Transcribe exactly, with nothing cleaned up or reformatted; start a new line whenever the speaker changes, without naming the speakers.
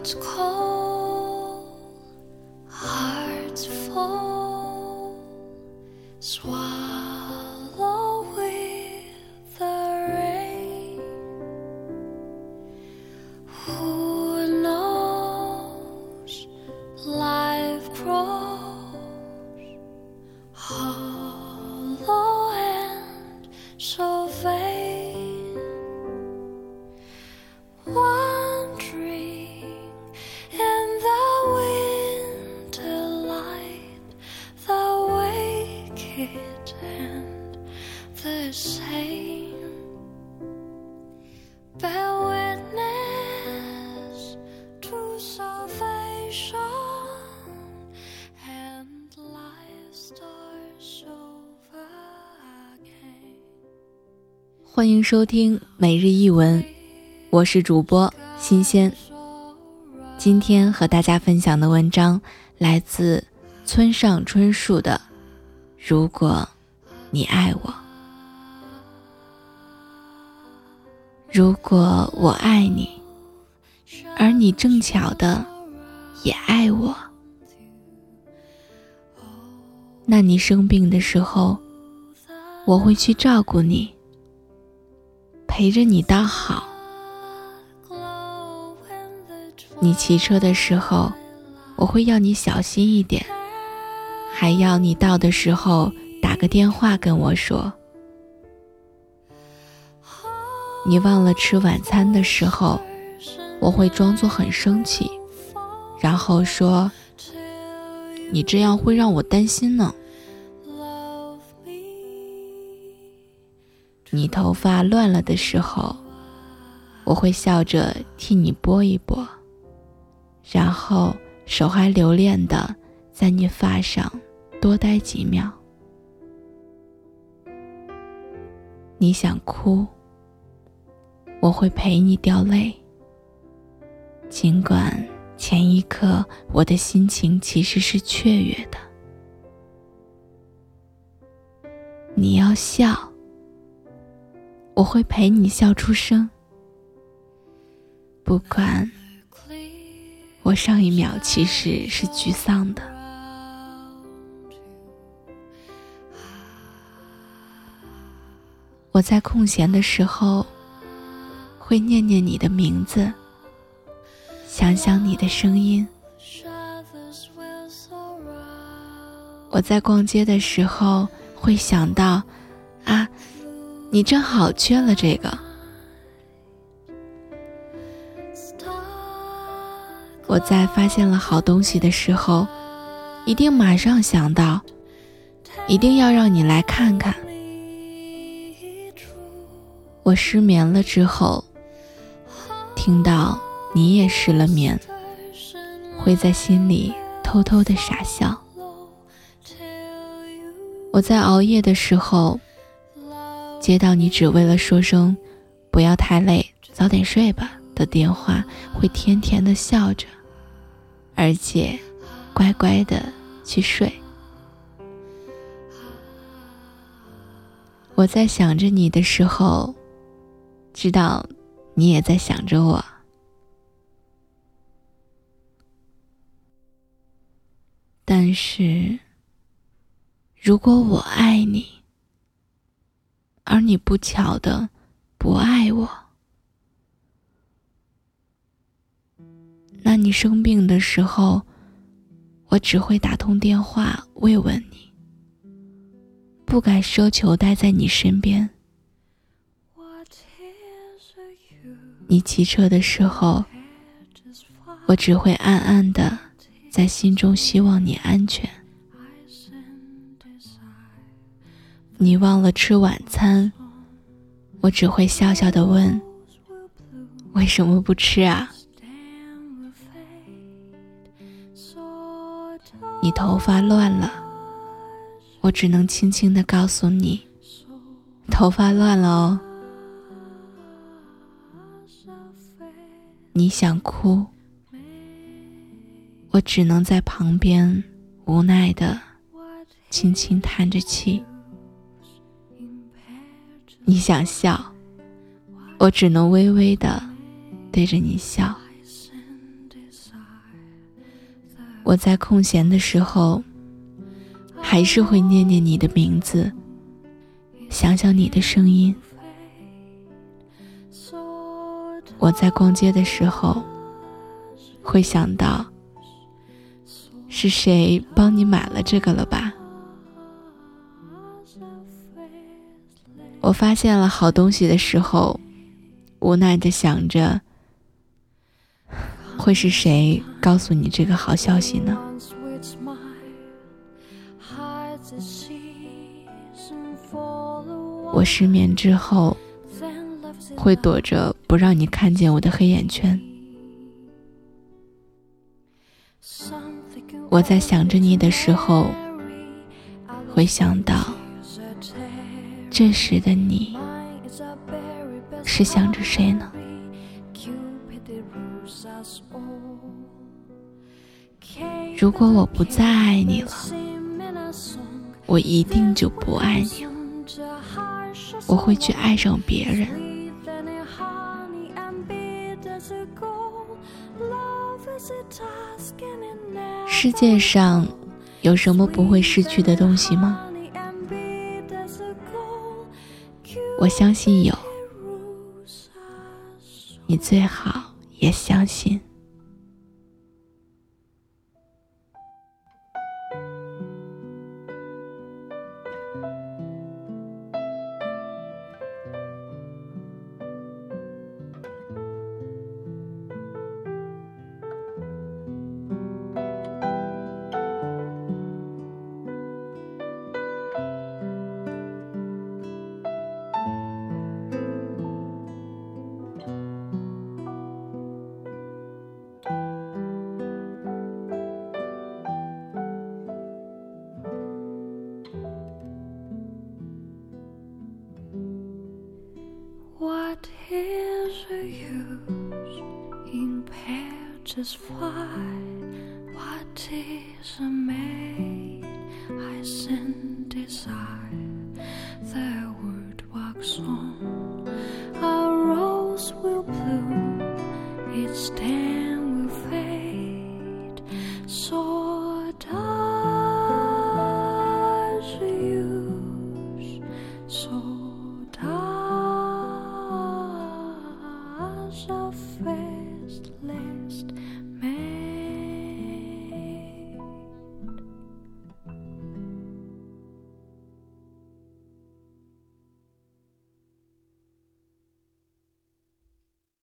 Hearts cold, hearts full, swallow with the rain. Who knows, life grows hollow and so vain, wandering in the winter light, the wicked and the sane bear witness to salvation, and life starts over again.
欢迎收听每日一文，我是主播新鲜。今天和大家分享的文章来自村上春树的《如果你爱我》。如果我爱你，而你正巧的也爱我，那你生病的时候，我会去照顾你，陪着你到好。你骑车的时候，我会要你小心一点，还要你到的时候打个电话跟我说。你忘了吃晚餐的时候，我会装作很生气，然后说，你这样会让我担心呢。你头发乱了的时候，我会笑着替你拨一拨，然后手还留恋地在你发上多待几秒。你想哭，我会陪你掉泪，尽管前一刻我的心情其实是雀跃的。你要笑，我会陪你笑出声，不管我上一秒其实是沮丧的。我在空闲的时候会念念你的名字，想想你的声音。我在逛街的时候会想到，啊，你正好缺了这个。我在发现了好东西的时候，一定马上想到，一定要让你来看看。我失眠了之后，听到你也失了眠，会在心里偷偷的傻笑。我在熬夜的时候，接到你只为了说声不要太累，早点睡吧的电话，会甜甜的笑着，而且乖乖的去睡。我在想着你的时候，知道你也在想着我。但是如果我爱你，而你不巧的不爱我，那你生病的时候，我只会打通电话慰问你，不敢奢求待在你身边。你骑车的时候，我只会暗暗的在心中希望你安全。你忘了吃晚餐，我只会笑笑地问，为什么不吃啊？你头发乱了，我只能轻轻地告诉你，头发乱了哦。你想哭，我只能在旁边无奈地轻轻叹着气。你想笑，我只能微微地对着你笑。 我在空闲的时候还是会念念你的名字，想想你的声音。我在逛街的时候会想到是谁帮你买了这个了吧。我发现了好东西的时候，无奈地想着会是谁告诉你这个好消息呢？我失眠之后会躲着不让你看见我的黑眼圈。我在想着你的时候会想到这时的你是想着谁呢？如果我不再爱你了，我一定就不爱你了，我会去爱上别人。世界上有什么不会失去的东西吗？我相信有，你最好也相信。
What is the use in pages fly? What is a maid I send desire? The word walks on, a rose will bloom, it stands